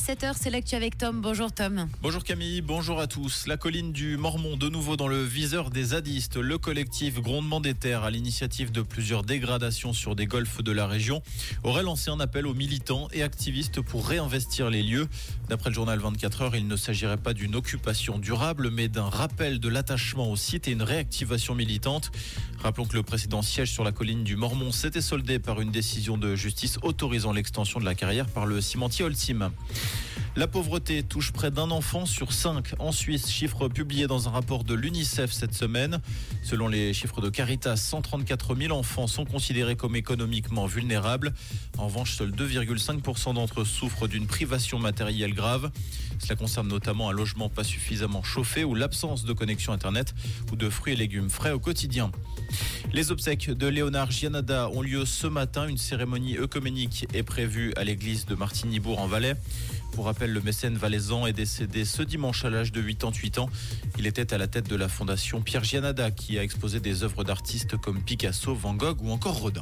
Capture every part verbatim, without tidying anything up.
sept heures, c'est l'actu avec Tom. Bonjour Tom. Bonjour Camille, bonjour à tous. La colline du Mormont, de nouveau dans le viseur des zadistes. Le collectif Grondement des Terres, à l'initiative de plusieurs dégradations sur des golfs de la région, aurait lancé un appel aux militants et activistes pour réinvestir les lieux. D'après le journal vingt-quatre heures, il ne s'agirait pas d'une occupation durable, mais d'un rappel de l'attachement au site et une réactivation militante. Rappelons que le précédent siège sur la colline du Mormont s'était soldé par une décision de justice autorisant l'extension de la carrière par le cimentier Holcim. La pauvreté touche près d'un enfant sur cinq en Suisse, chiffre publié dans un rapport de l'UNICEF cette semaine. Selon les chiffres de Caritas, cent trente-quatre mille enfants sont considérés comme économiquement vulnérables. En revanche, seuls deux virgule cinq pour cent d'entre eux souffrent d'une privation matérielle grave. Cela concerne notamment un logement pas suffisamment chauffé ou l'absence de connexion Internet ou de fruits et légumes frais au quotidien. Les obsèques de Léonard Gianada ont lieu ce matin. Une cérémonie œcuménique est prévue à l'église de Martigny-Bourg en Valais. Pour rappel, le mécène valaisan est décédé ce dimanche à l'âge de quatre-vingt-huit ans. Il était à la tête de la fondation Pierre Gianada qui a exposé des œuvres d'artistes comme Picasso, Van Gogh ou encore Rodin.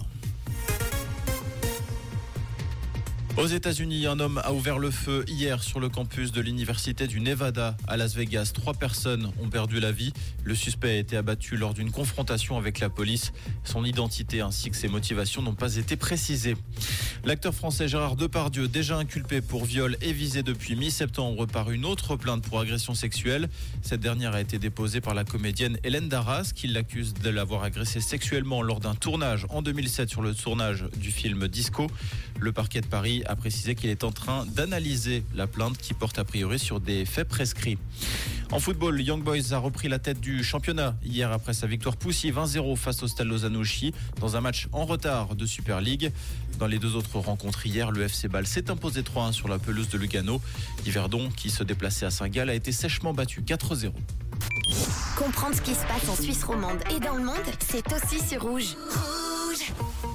Aux États-Unis, un homme a ouvert le feu hier sur le campus de l'université du Nevada à Las Vegas. Trois personnes ont perdu la vie. Le suspect a été abattu lors d'une confrontation avec la police. Son identité ainsi que ses motivations n'ont pas été précisées. L'acteur français Gérard Depardieu, déjà inculpé pour viol, est visé depuis mi-septembre par une autre plainte pour agression sexuelle. Cette dernière a été déposée par la comédienne Hélène Darras, qui l'accuse de l'avoir agressé sexuellement lors d'un tournage en deux mille sept sur le tournage du film Disco. Le parquet de Paris a précisé qu'il est en train d'analyser la plainte qui porte a priori sur des faits prescrits. En football, Young Boys a repris la tête du championnat hier après sa victoire poussive un zéro face au Stade Lausanne-Ouchy dans un match en retard de Super League. Dans les deux autres rencontres hier, le F C Bâle s'est imposé trois un sur la pelouse de Lugano. Yverdon, qui se déplaçait à Saint-Gall, a été sèchement battu quatre zéro. Comprendre ce qui se passe en Suisse romande et dans le monde, c'est aussi sur Rouge. Rouge.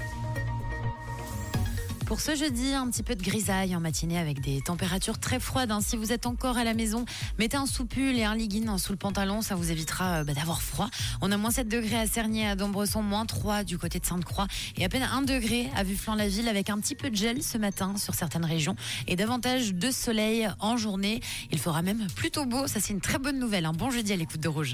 Pour ce jeudi, un petit peu de grisaille en matinée avec des températures très froides. Hein. Si vous êtes encore à la maison, mettez un sous-pull et un legging sous le pantalon, ça vous évitera bah, d'avoir froid. On a moins sept degrés à Cernay, à Dombresson, moins trois du côté de Sainte-Croix et à peine un degré à Vuflan-la-Ville avec un petit peu de gel ce matin sur certaines régions et davantage de soleil en journée. Il fera même plutôt beau, ça c'est une très bonne nouvelle. Un bon jeudi à l'écoute de Rouge.